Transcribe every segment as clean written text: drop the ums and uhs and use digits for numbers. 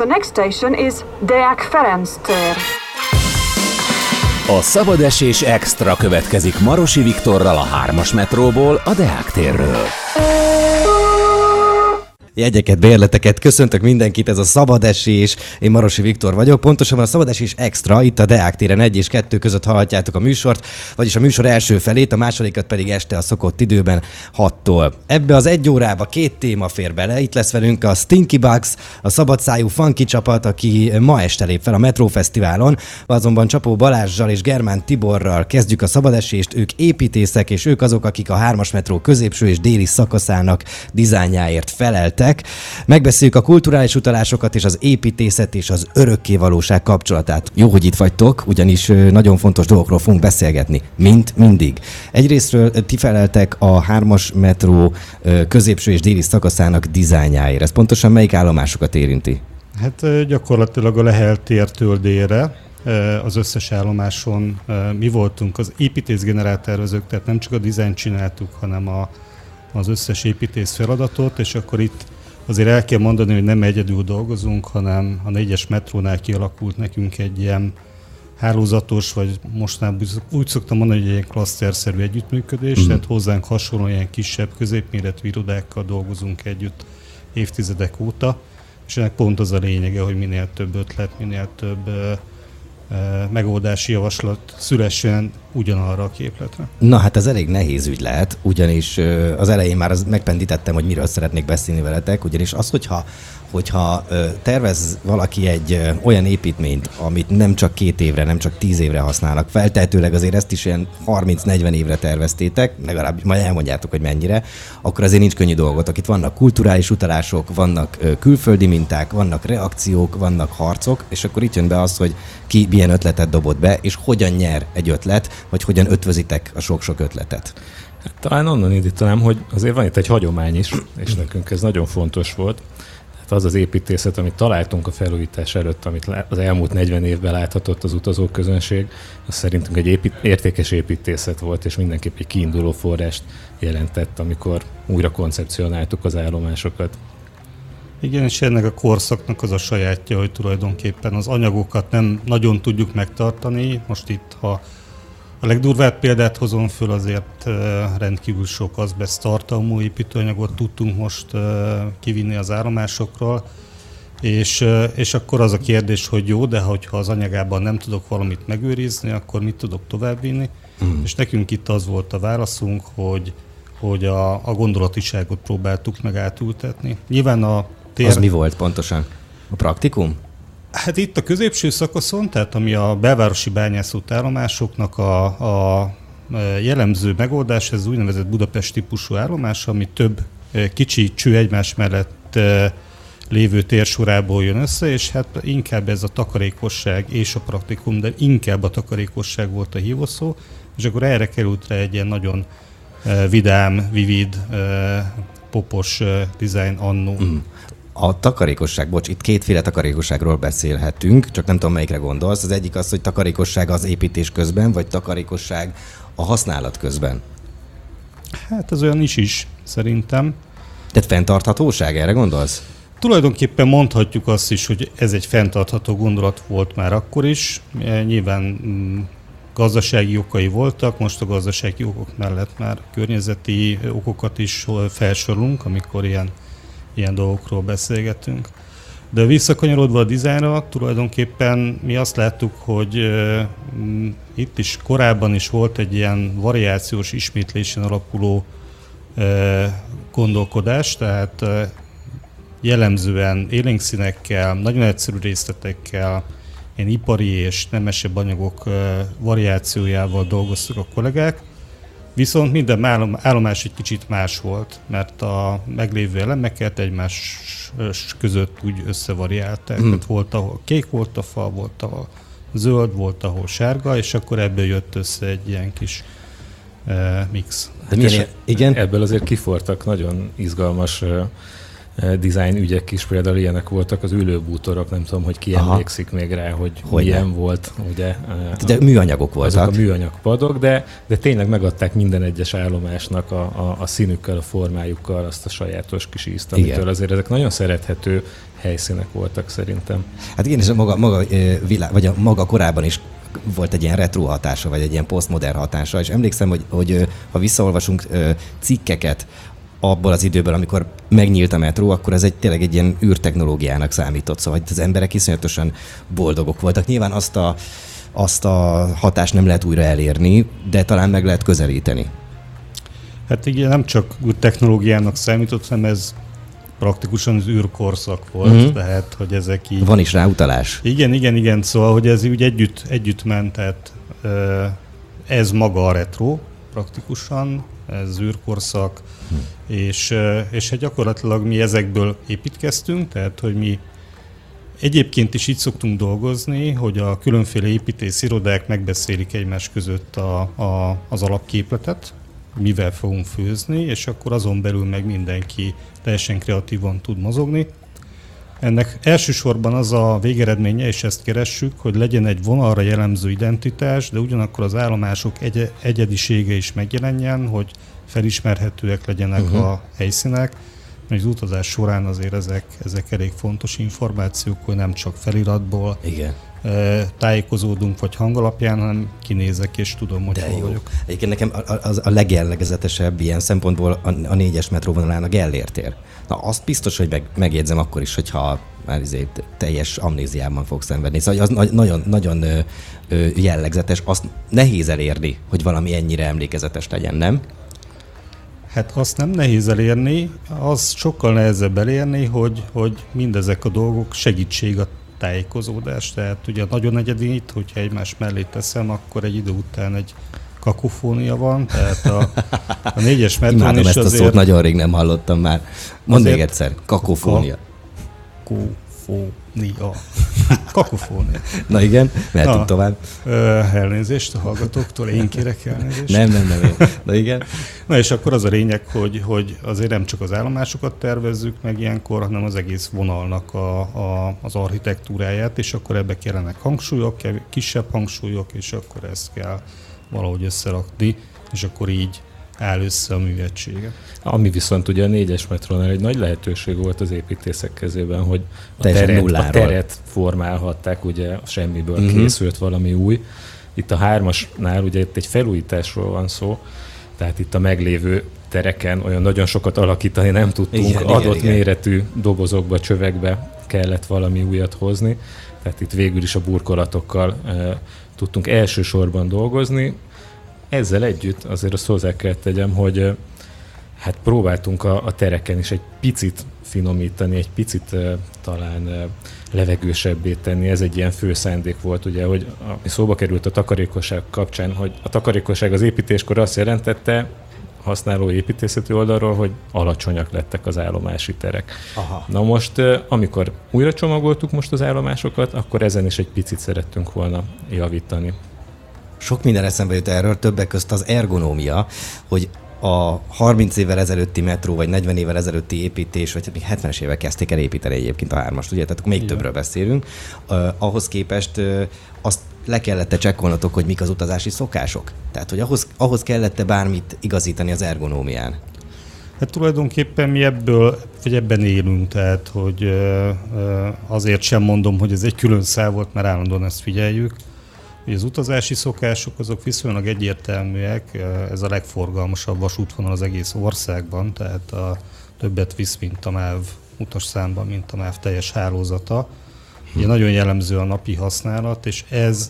The next station is Deák Ferenc tér. A szabadesés extra következik Marosi Viktorral a 3-as metróból, a Deák térről. Jegyeket, bérleteket, köszöntök mindenkit, ez a szabadesés, én Marosi Viktor vagyok, pontosabban a szabadesés extra, itt a Deák téren 1 és 2 között hallhatjátok a műsort, vagyis a műsor első felét, a másodikat pedig este a szokott időben 6-tól. Ebbe az 1 órába 2 téma fér bele, itt lesz velünk a Stinky Bugs, a szabadszájú funky csapat, aki ma este lép fel a Metro Fesztiválon, azonban Csapó Balázssal és Germán Tiborral kezdjük a szabadesést, ők építészek, és ők azok, akik a 3-as metró középső és déli szakaszának dizájnjáért feleltek. Megbeszéljük a kulturális utalásokat és az építészet és az örökkévalóság kapcsolatát. Jó, hogy itt vagytok, ugyanis nagyon fontos dolgokról fogunk beszélgetni, mint mindig. Egyrésztről ti feleltek a 3-as metró középső és déli szakaszának dizájnjáért. Ez pontosan melyik állomásokat érinti? Hát gyakorlatilag a Lehel tértől délre, az összes állomáson mi voltunk az építészgeneráltervezők, tehát nem csak a dizájnt csináltuk, hanem az összes építész feladatot, és akkor itt azért el kell mondani, hogy nem egyedül dolgozunk, hanem a 4-es metrónál kialakult nekünk egy ilyen hálózatos, vagy mostanában úgy szoktam mondani, hogy egy ilyen klaszterszerű együttműködés, tehát hozzánk hasonló ilyen kisebb, középméretű irodákkal dolgozunk együtt évtizedek óta, és ennek pont az a lényege, hogy minél több ötlet, minél több megoldási javaslat szülessen ugyanarra a képletre. Na hát ez elég nehéz ügy lehet, ugyanis az elején már megpendítettem, hogy miről szeretnék beszélni veletek, ugyanis az, hogyha tervez valaki egy olyan építményt, amit nem csak 2 évre, nem csak 10 évre használnak, feltehetőleg azért ezt is ilyen 30-40 évre terveztétek, legalább majd elmondjátok, hogy mennyire, akkor azért nincs könnyű dolgot. Itt vannak kulturális utalások, vannak külföldi minták, vannak reakciók, vannak harcok, és akkor itt jön be az, hogy ki milyen ötletet dobott be, és hogyan nyer egy ötlet, vagy hogyan ötvözitek a sok-sok ötletet. Hát, talán onnan indítanám, hogy azért van itt egy hagyomány is, és nekünk ez nagyon fontos volt. Hát az az építészet, amit találtunk a felújítás előtt, amit az elmúlt 40 évben láthatott az utazóközönség, az szerintünk egy értékes építészet volt, és mindenképp egy kiinduló forrást jelentett, amikor újra koncepcionáltuk az állomásokat. Igen, és ennek a korszaknak az a sajátja, hogy tulajdonképpen az anyagokat nem nagyon tudjuk megtartani. Most itt, ha a legdurvább példát hozom föl, azért rendkívül sok azbeszt tartalmú építőanyagot tudtunk most kivinni az állomásokról, és akkor az a kérdés, hogy jó, de hogyha az anyagában nem tudok valamit megőrizni, akkor mit tudok továbbvinni? És nekünk itt az volt a válaszunk, hogy a gondolatiságot próbáltuk meg átültetni. Nyilván a tér... Az mi volt pontosan? A praktikum? Hát itt a középső szakaszon, tehát ami a belvárosi bányászút állomásoknak a jellemző megoldás, ez úgynevezett Budapest típusú állomás, ami több kicsi cső egymás mellett lévő térsorából jön össze, és hát inkább ez a takarékosság és a praktikum, de inkább a takarékosság volt a hívószó, és akkor erre került rá egy ilyen nagyon vidám, vivid, popos dizájn annó. A takarékosság, bocs, itt 2 takarékosságról beszélhetünk, csak nem tudom, melyikre gondolsz. Az egyik az, hogy takarékosság az építés közben, vagy takarékosság a használat közben. Hát ez olyan is szerintem. Tehát fenntarthatóság, erre gondolsz? Tulajdonképpen mondhatjuk azt is, hogy ez egy fenntartható gondolat volt már akkor is. Nyilván gazdasági okai voltak, most a gazdasági okok mellett már környezeti okokat is felsorolunk, amikor ilyen dolgokról beszélgetünk. De visszakanyarodva a dizájnra, tulajdonképpen mi azt láttuk, hogy itt is korábban is volt egy ilyen variációs ismétlésen alapuló gondolkodás, tehát jellemzően élénkszínekkel, nagyon egyszerű részletekkel, ilyen ipari és nemesebb anyagok variációjával dolgoztak a kollégák. Viszont minden állomás egy kicsit más volt, mert a meglévő elemeket egymás között úgy összevariálták. Tehát volt, ahol kék volt a fal, volt, ahol zöld, volt, ahol sárga, és akkor ebből jött össze egy ilyen kis mix. Igen? Ebből azért kifortak nagyon izgalmas design ügyek is, például ilyenek voltak az ülőbútorok, nem tudom, hogy ki emlékszik még rá, hogy milyen volt, ugye. De műanyagok voltak. Azok a műanyagpadok, de tényleg megadták minden egyes állomásnak a színükkel, a formájukkal azt a sajátos kis ízt, amitől azért ezek nagyon szerethető helyszínek voltak szerintem. Hát igen, és maga korábban is volt egy ilyen retro hatása, vagy egy ilyen posztmodern hatása, és emlékszem, hogy ha visszaolvasunk cikkeket abból az időből, amikor megnyílt a metró, akkor ez tényleg egy ilyen űrtechnológiának számított, szóval az emberek iszonyatosan boldogok voltak. Nyilván azt a hatást nem lehet újra elérni, de talán meg lehet közelíteni. Hát igen, nem csak űrtechnológiának számított, hanem ez praktikusan az űrkorszak volt, tehát, hogy ezek így... Van is rá utalás. Igen, szóval, hogy ez úgy együtt ment, tehát ez maga a retro praktikusan, ez űrkorszak, és hát gyakorlatilag mi ezekből építkeztünk, tehát, hogy mi egyébként is így szoktunk dolgozni, hogy a különféle építészirodák megbeszélik egymás között az alapképletet, mivel fogunk főzni, és akkor azon belül meg mindenki teljesen kreatívan tud mozogni. Ennek elsősorban az a végeredménye, és ezt keressük, hogy legyen egy vonalra jellemző identitás, de ugyanakkor az állomások egyedisége is megjelenjen, hogy felismerhetőek legyenek a helyszínek, mert az utazás során azért ezek elég fontos információk, hogy nem csak feliratból tájékozódunk, vagy hangalapján, hanem kinézek, és tudom, hogy hol vagyok. Egyébként nekem a legjellegezetesebb ilyen szempontból a 4-es metróvonalán a Gellért tér. Na, azt biztos, hogy megjegyzem akkor is, hogyha már teljes amnéziában fog szenvedni. Szóval az nagyon jellegzetes, azt nehéz elérni, hogy valami ennyire emlékezetes legyen, nem? Hát azt nem nehéz elérni, az sokkal nehezebb elérni, hogy mindezek a dolgok segítség a tájékozódás. Tehát ugye nagyon egyedít, hogyha egymás mellé teszem, akkor egy idő után egy kakofónia van, tehát a 4-es metrón imádom is ezt azért... a szót, nagyon rég nem hallottam már. Mondd még egyszer, kakofónia. Kakofónia. Na igen, mehetünk tovább. Elnézést a hallgatóktól, én kérek elnézést. Nem. Na igen. Na és akkor az a lényeg, hogy azért nem csak az állomásokat tervezzük meg ilyenkor, hanem az egész vonalnak az architektúráját, és akkor ebbe kellenek hangsúlyok, kisebb hangsúlyok, és akkor ezt kell valahogy összerakni, és akkor így áll össze a műegysége. Ami viszont ugye a 4-es metrónál egy nagy lehetőség volt az építészek kezében, hogy a teret formálhatták, ugye a semmiből készült valami új. Itt a 3-asnál ugye itt egy felújításról van szó, tehát itt a meglévő tereken olyan nagyon sokat alakítani nem tudtunk, igen. Méretű dobozokba, csövekbe kellett valami újat hozni, tehát itt végül is a burkolatokkal tudtunk elsősorban dolgozni. Ezzel együtt azért azt hozzá kell tegyem, hogy hát próbáltunk a tereken is egy picit finomítani, egy picit talán levegősebbé tenni. Ez egy ilyen fő szándék volt, ugye, hogy szóba került a takarékosság kapcsán, hogy a takarékosság az építéskor azt jelentette, használó építészeti oldalról, hogy alacsonyak lettek az állomási terek. Aha. Na most, amikor újra csomagoltuk most az állomásokat, akkor ezen is egy picit szerettünk volna javítani. Sok minden eszembe jut erről, többek közt az ergonómia, hogy a 30 évvel ezelőtti metró, vagy 40 évvel ezelőtti építés, vagy még 70-es évek kezdték el építeni egyébként a 3-ast, ugye? Tehát még többről beszélünk. Ahhoz képest azt le kellett csekkolnotok, hogy mik az utazási szokások? Tehát, hogy ahhoz kellett bármit igazítani az ergonómián? Hát tulajdonképpen mi ebben élünk, tehát, hogy azért sem mondom, hogy ez egy külön szál volt, mert állandóan ezt figyeljük. Az utazási szokások azok viszonylag egyértelműek, ez a legforgalmasabb vasútvonal az egész országban, tehát többet visz, mint a MÁV utasszámban, mint a MÁV teljes hálózata. Ugye nagyon jellemző a napi használat, és ez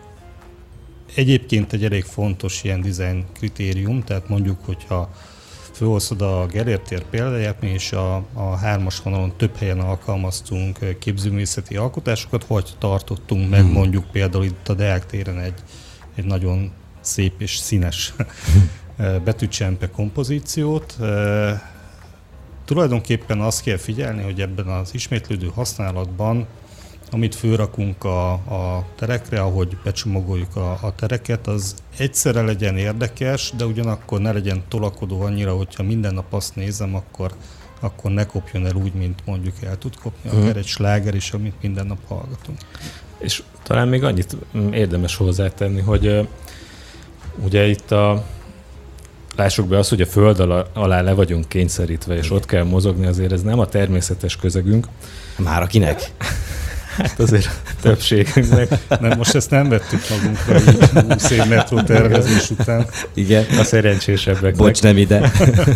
egyébként egy elég fontos ilyen design kritérium, tehát mondjuk, hogyha fölhozod a Gellért tér példáját, mi is a 3-as vonalon több helyen alkalmaztunk képzőművészeti alkotásokat, vagy tartottunk meg mondjuk például itt a Deák téren egy nagyon szép és színes betűcsempe kompozíciót. Tulajdonképpen azt kell figyelni, hogy ebben az ismétlődő használatban, amit fölrakunk a terekre, ahogy becsomagoljuk a tereket, az egyszerre legyen érdekes, de ugyanakkor ne legyen tolakodó annyira, hogyha minden nap azt nézem, akkor akkor ne kopjon el úgy, mint mondjuk el tud kopni, akár egy sláger is, amit minden nap hallgatunk. És talán még annyit érdemes hozzátenni, hogy ugye itt lássuk be azt, hogy a föld alá le vagyunk kényszerítve, és ott kell mozogni, azért ez nem a természetes közegünk. Már akinek? Hát azért többségünknek. Nem, most ezt nem vettük magunkra, így 20 év metró tervezés után. Igen. A szerencsésebbeknek. Bocs, nem ide.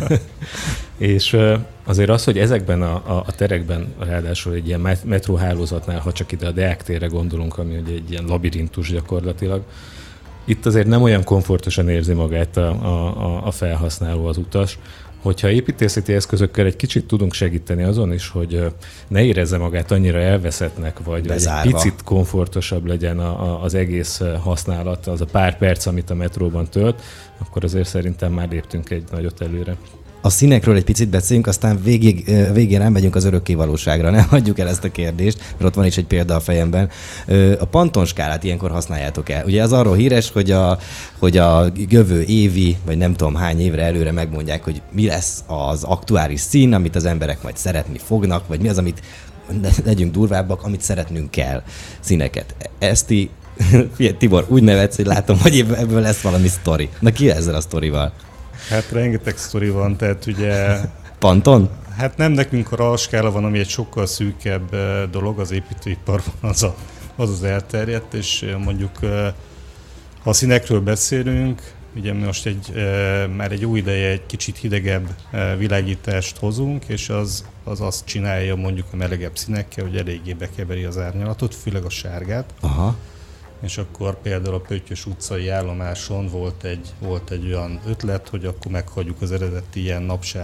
És azért az, hogy ezekben a terekben, ráadásul egy ilyen metróhálózatnál, ha csak ide a Deák térre gondolunk, ami ugye egy ilyen labirintus gyakorlatilag, itt azért nem olyan komfortosan érzi magát a felhasználó, az utas, hogyha építészeti eszközökkel egy kicsit tudunk segíteni azon is, hogy ne érezze magát annyira elveszettnek, vagy egy picit komfortosabb legyen az egész használat, az a pár perc, amit a metróban tölt, akkor azért szerintem már léptünk egy nagyot előre. A színekről egy picit beszéljünk, aztán végén elmegyünk az örökké valóságra. Ne hagyjuk el ezt a kérdést, mert ott van is egy példa a fejemben. A Pantone skálát ilyenkor használjátok el. Ugye az arról híres, hogy a jövő évi, vagy nem tudom hány évre előre megmondják, hogy mi lesz az aktuális szín, amit az emberek majd szeretni fognak, vagy mi az, amit, legyünk durvábbak, amit szeretnünk kell, színeket. Ezt Tibor, úgy nevetsz, hogy látom, hogy ebből lesz valami sztori. Na ki ezzel a sztorival? Hát rengeteg sztori van, tehát ugye... Pantone? Hát nem nekünk a RAL skála van, ami egy sokkal szűkebb dolog, az építőiparban az elterjedt, és mondjuk ha a színekről beszélünk, ugye most már egy új ideje egy kicsit hidegebb világítást hozunk, és az azt csinálja mondjuk a melegebb színekkel, hogy eléggé bekeveri az árnyalatot, főleg a sárgát. Aha. És akkor például a Pöttyös utcai állomáson volt egy olyan ötlet, hogy akkor meghagyjuk az eredeti ilyen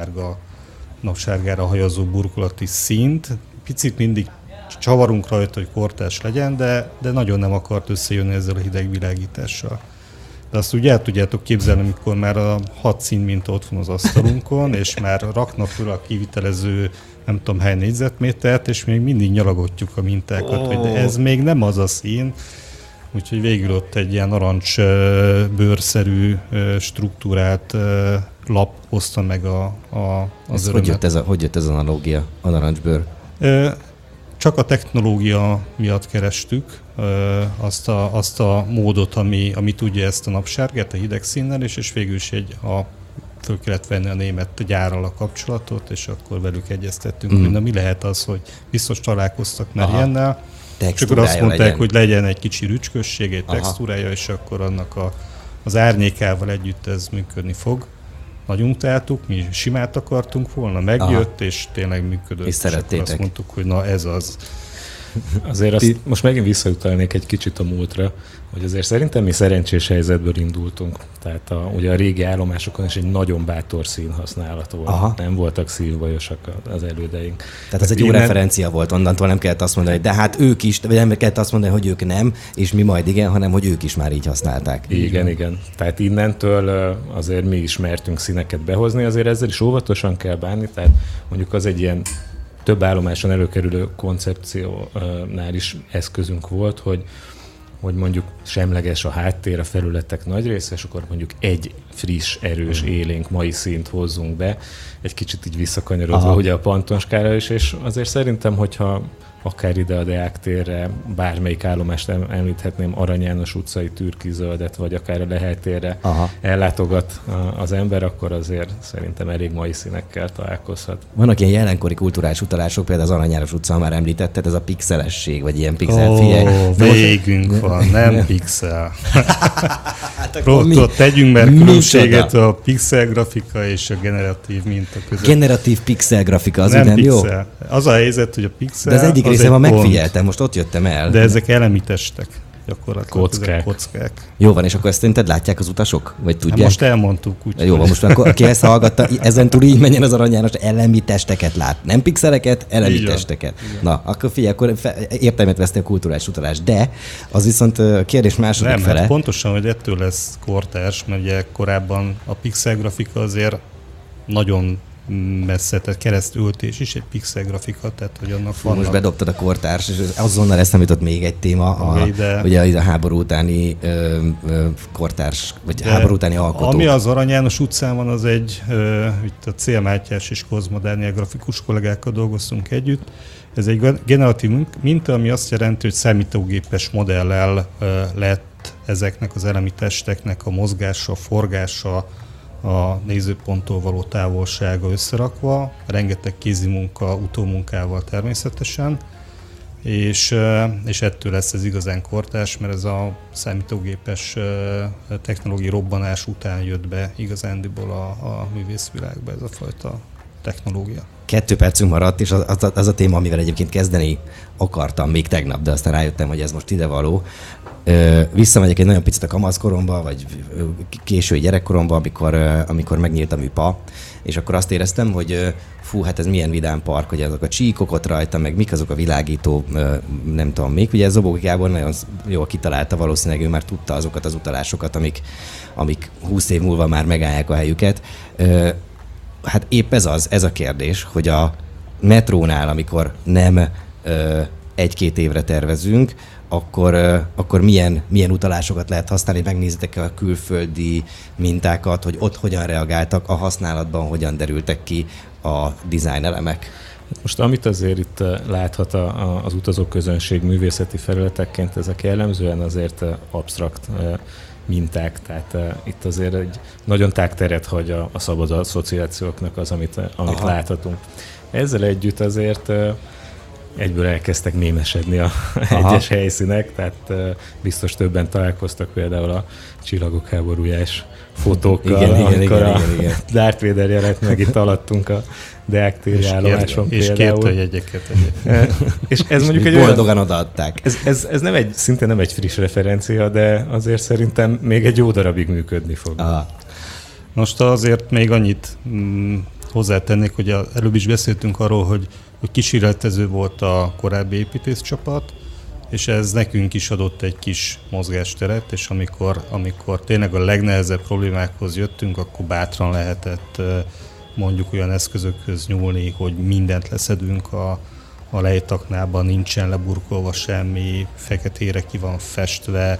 napsárgára hajazó burkolati színt. Picit mindig csavarunk rajta, hogy kortárs legyen, de nagyon nem akart összejönni ezzel a hideg világítással. De azt úgy el tudjátok képzelni, amikor már a 6 színminta ott van az asztalunkon, és már raknak föl a kivitelező nem tudom hány négyzetmétert, és még mindig nyalagotjuk a mintákat, hogy de ez még nem az a szín. Úgyhogy végül ott egy ilyen narancsbőrszerű struktúrált lap hozta meg az örömet. Hogy jött ez az analógia, a narancsbőr? Csak a technológia miatt kerestük azt a módot, ami tudja ezt a napsárgát, a hideg színnel, és végül is föl kellett venni a német gyárral a kapcsolatot, és akkor velük egyeztettünk, hogy na mi lehet az, hogy biztos találkoztak már ilyennel. És akkor azt mondták, hogy legyen egy kicsi rücskösség, egy textúrája, és akkor annak az árnyékával együtt ez működni fog. Nagyon utáltuk, mi simát akartunk volna, megjött, és tényleg működött. És szerettétek. Akkor azt mondtuk, hogy na ez az. Azért most megint visszautalnék egy kicsit a múltra, hogy azért szerintem mi szerencsés helyzetből indultunk. Tehát ugye a régi állomásokon is egy nagyon bátor színhasználat volt. Aha. Nem voltak szívbajosak az elődeink. Tehát ez egy jó referencia volt, onnantól nem kellett azt mondani, hogy de hát ők is, vagy nem kellett azt mondani, hogy ők nem, és mi majd igen, hanem hogy ők is már így használták. Igen. Tehát innentől azért mi is mertünk színeket behozni, azért ezzel is óvatosan kell bánni, tehát mondjuk az egy ilyen több állomáson előkerülő koncepciónál is eszközünk volt, hogy mondjuk semleges a háttér, a felületek nagy része, és akkor mondjuk egy friss, erős, élénk mai színt hozzunk be, egy kicsit így visszakanyarodva ugye a Pantone skála is, és azért szerintem, hogyha akár ide a Deák térre, bármelyik állomást említhetném, Arany János utcai türkizöldet, vagy akár a Lehel térre ellátogat az ember, akkor azért szerintem elég mai színekkel találkozhat. Vannak ilyen jelenkori kulturális utalások, például az Arany János utca, már említetted, ez a pixelesség, vagy ilyen pixel végünk van, nem pixel. Tegyünk már különbséget a pixel grafika és a generatív minta között. Generatív pixel grafika, az nem jó? Az a helyzet, hogy a pixel... De az egyik részem, megfigyeltem, most ott jöttem el. De ezek elemi testek, gyakorlatilag. Kockák. Jó van, és akkor ezt szerinted látják az utasok? Vagy tudják? Hát most elmondtuk. Jó van, most akkor aki ezt hallgatta, ezen túl így menjen az Arany János, elemi testeket lát. Nem pixeleket, elemi testeket. Na, akkor figyelj, akkor értelmet veszti a kulturális utalás. De az viszont a kérdés második fele. Nem, pontosan, hogy ettől lesz kortárs, mert ugye korábban a pixel grafika azért nagyon messze, tehát keresztültés is egy pixel grafika, tehát hogy annak vannak... Most bedobtad a kortárs, és azonnal eszembe jutott még egy téma, ugye a háború utáni kortárs, vagy háború utáni alkotó. Ami az Arany János utcán van, az itt a Cél Mátyás és Kozma Dániel grafikus kollégákkal dolgoztunk együtt. Ez egy generatív minta, ami azt jelenti, hogy számítógépes modellel lett ezeknek az elemi testeknek a mozgása, forgása, a nézőponttól való távolsága összerakva, rengeteg kézimunka, utómunkával természetesen, és ettől lesz ez igazán kortárs, mert ez a számítógépes technológiai robbanás után jött be igazándiból a művészvilágba ez a fajta technológia. 2 percünk maradt, és az a téma, amivel egyébként kezdeni akartam még tegnap, de aztán rájöttem, hogy ez most idevaló. Visszamegyek egy nagyon picit a kamaszkoromba, vagy késői gyerekkoromba, amikor megnyílt a műpa, és akkor azt éreztem, hogy hát ez milyen vidám park, hogy azok a csíkok ott rajta, meg mik azok a világító, nem tudom még. Ugye Zobóki Gábor nagyon jól kitalálta, valószínűleg ő már tudta azokat az utalásokat, amik 20 év múlva már megállják a helyüket. Hát épp ez a kérdés, hogy a metrónál, amikor nem 1-2 évre tervezünk, akkor milyen utalásokat lehet használni, megnézitek a külföldi mintákat, hogy ott hogyan reagáltak, a használatban hogyan derültek ki a design elemek. Most amit azért itt láthat az utazóközönség művészeti felületekként, ezek jellemzően azért absztrakt minták, tehát itt azért egy nagyon tág teret hagy a szabad asszociációknak az, amit láthatunk. Ezzel együtt azért egyből elkezdtek mémesedni a egyes helyszínek, tehát biztos többen találkoztak például a Csillagok háborújás fotókkal, amikor a Darth Vader jelent meg itt alattunk a Deák téri állomáson például. És kérte a jegyeket. És ez mondjuk egy boldogan odaadták. Ez nem szinte nem egy friss referencia, de azért szerintem még egy jó darabig működni fog. Aha. Most azért még annyit hozzátennék, hogy előbb is beszéltünk arról, hogy kísérletező volt a korábbi építészcsapat, és ez nekünk is adott egy kis mozgásteret, és amikor tényleg a legnehezebb problémákhoz jöttünk, akkor bátran lehetett mondjuk olyan eszközökhöz nyúlni, hogy mindent leszedünk a lejtaknában, nincsen leburkolva semmi, feketére ki van festve,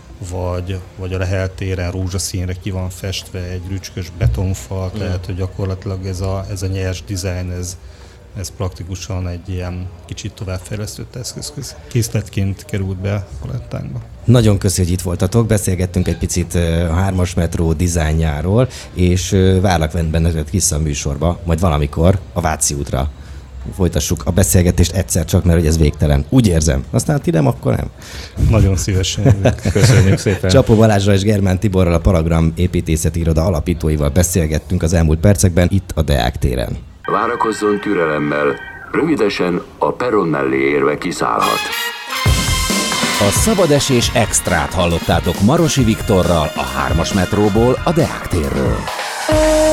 vagy a leheltéren rózsaszínre ki van festve egy rücskös betonfal, tehát hogy gyakorlatilag ez a nyers dizájn, ez praktikusan egy ilyen kicsit továbbfejlesztett eszközkészletként került be a palettánkba. Nagyon köszönjük, hogy itt voltatok, beszélgettünk egy picit a 3-as metró dizájnjáról, és várlak benneteket vissza a műsorba, majd valamikor a Váci útra folytassuk a beszélgetést egyszer csak, mert hogy ez végtelen. Úgy érzem. Aztán ti nem, akkor nem. Nagyon szívesen. Köszönjük szépen. Csapó Balázsral és Germán Tiborral, a Paragram építészeti iroda alapítóival beszélgettünk az elmúlt percekben itt a Deák téren. Várakozzon türelemmel, rövidesen a peron mellé érve kiszállhat. A szabadesés extrát hallottátok Marosi Viktorral a 3-as metróból, a Deák térről.